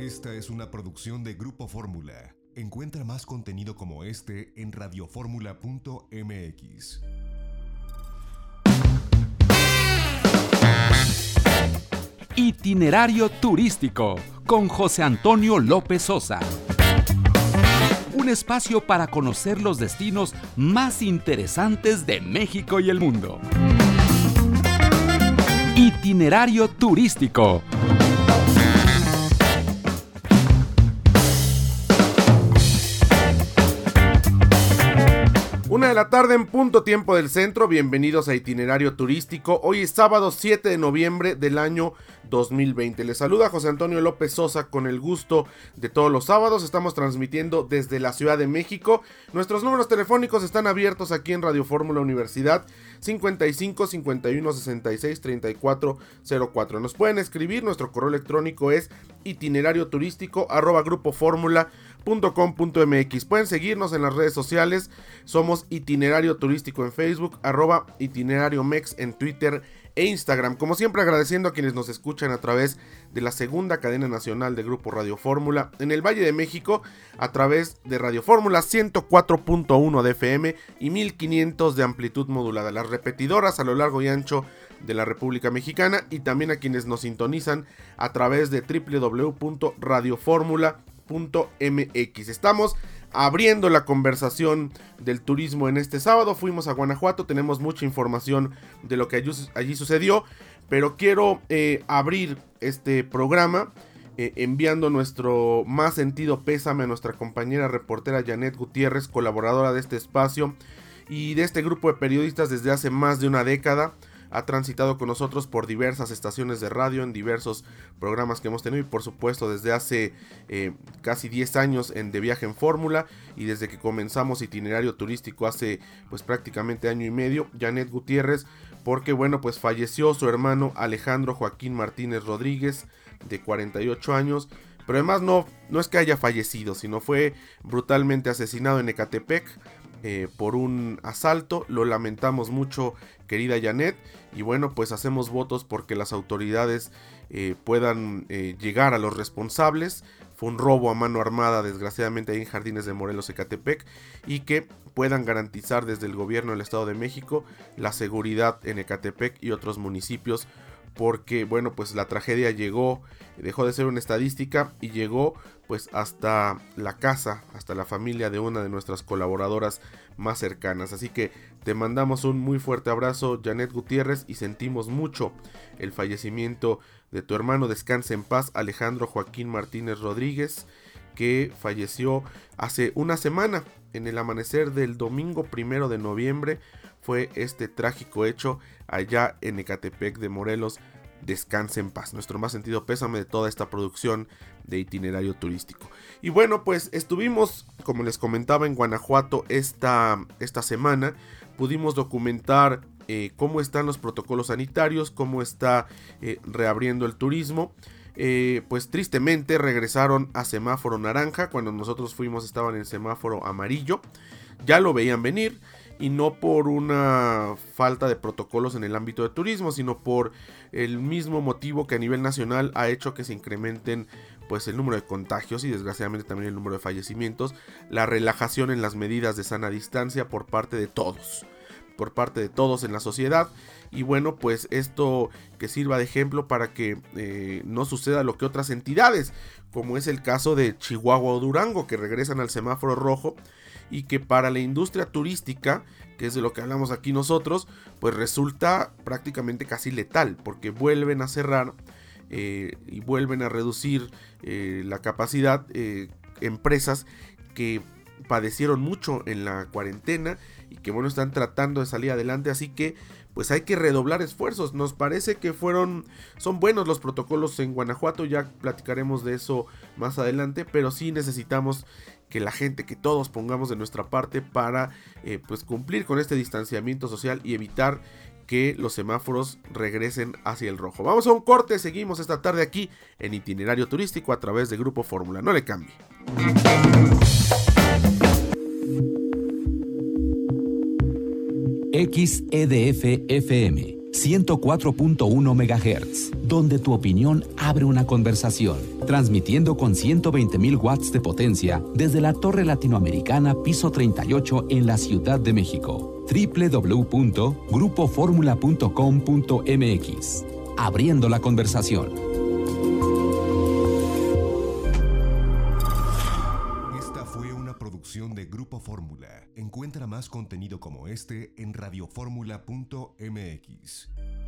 Esta es una producción de Grupo Fórmula. Encuentra más contenido como este en radioformula.mx. Itinerario turístico con José Antonio López Sosa. Un espacio para conocer los destinos más interesantes de México y el mundo. Itinerario turístico. Una de la tarde en punto tiempo del centro, bienvenidos a Itinerario Turístico. Hoy es sábado 7 de noviembre del año 2020. Les saluda José Antonio López Sosa con el gusto de todos los sábados. Estamos transmitiendo desde la Ciudad de México. Nuestros números telefónicos están abiertos aquí en Radio Fórmula Universidad 55 51 66 34 04. Nos pueden escribir, nuestro correo electrónico es itinerarioturístico@grupoformula.com.mx. Pueden seguirnos en las redes sociales, somos Itinerario Turístico en Facebook, @Itinerario Mex en Twitter e Instagram. Como siempre, agradeciendo a quienes nos escuchan a través de la segunda cadena nacional de Grupo Radio Fórmula en el Valle de México, a través de Radio Fórmula 104.1 de FM y 1500 de amplitud modulada. Las repetidoras a lo largo y ancho de la República Mexicana, y también a quienes nos sintonizan a través de www.radioformula.mx. Estamos abriendo la conversación del turismo en este sábado. Fuimos a Guanajuato, tenemos mucha información de lo que allí sucedió, pero quiero abrir este programa enviando nuestro más sentido pésame a nuestra compañera reportera Janet Gutiérrez, colaboradora de este espacio y de este grupo de periodistas desde hace más de una década. Ha transitado con nosotros por diversas estaciones de radio, en diversos programas que hemos tenido, y por supuesto desde hace casi 10 años en De Viaje en Fórmula, y desde que comenzamos Itinerario Turístico hace pues prácticamente año y medio. Janet Gutiérrez, porque bueno, pues falleció su hermano Alejandro Joaquín Martínez Rodríguez, de 48 años, pero además no es que haya fallecido, sino fue brutalmente asesinado en Ecatepec por un asalto. Lo lamentamos mucho, querida Janet, y bueno, pues hacemos votos porque las autoridades puedan llegar a los responsables. Fue un robo a mano armada, desgraciadamente, ahí en Jardines de Morelos, Ecatepec, y que puedan garantizar desde el gobierno del Estado de México la seguridad en Ecatepec y otros municipios, porque bueno, pues la tragedia dejó de ser una estadística y llegó pues hasta la casa, hasta la familia de una de nuestras colaboradoras más cercanas. Así que te mandamos un muy fuerte abrazo, Janet Gutiérrez, y sentimos mucho el fallecimiento de tu hermano. Descanse en paz, Alejandro Joaquín Martínez Rodríguez, que falleció hace una semana. En el amanecer del domingo 1 de noviembre fue este trágico hecho allá en Ecatepec de Morelos. Descanse en paz. Nuestro más sentido pésame de toda esta producción de Itinerario Turístico. Y bueno, pues estuvimos, como les comentaba, en Guanajuato esta semana. Pudimos documentar cómo están los protocolos sanitarios, cómo está reabriendo el turismo. Pues tristemente regresaron a semáforo naranja. Cuando nosotros fuimos estaban en semáforo amarillo. Ya lo veían venir, y no por una falta de protocolos en el ámbito de turismo, sino por el mismo motivo que a nivel nacional ha hecho que se incrementen pues el número de contagios y desgraciadamente también el número de fallecimientos, la relajación en las medidas de sana distancia por parte de todos en la sociedad. Y bueno, pues esto que sirva de ejemplo para que no suceda lo que otras entidades, como es el caso de Chihuahua o Durango, que regresan al semáforo rojo, y que para la industria turística, que es de lo que hablamos aquí nosotros, pues resulta prácticamente casi letal, porque vuelven a cerrar y vuelven a reducir la capacidad, empresas que padecieron mucho en la cuarentena y que bueno, están tratando de salir adelante. Así que pues hay que redoblar esfuerzos. Nos parece que son buenos los protocolos en Guanajuato, ya platicaremos de eso más adelante, pero sí necesitamos que la gente, que todos pongamos de nuestra parte para pues cumplir con este distanciamiento social y evitar que los semáforos regresen hacia el rojo. Vamos a un corte, seguimos esta tarde aquí en Itinerario Turístico a través de Grupo Fórmula. No le cambie. XEDF FM 104.1 MHz, donde tu opinión abre una conversación, transmitiendo con 120.000 watts de potencia desde la Torre Latinoamericana, piso 38 en la Ciudad de México. www.grupoformula.com.mx. Abriendo la conversación. Esta fue una producción de Grupo Fórmula. Encuentra más contenido como este en radioformula.mx.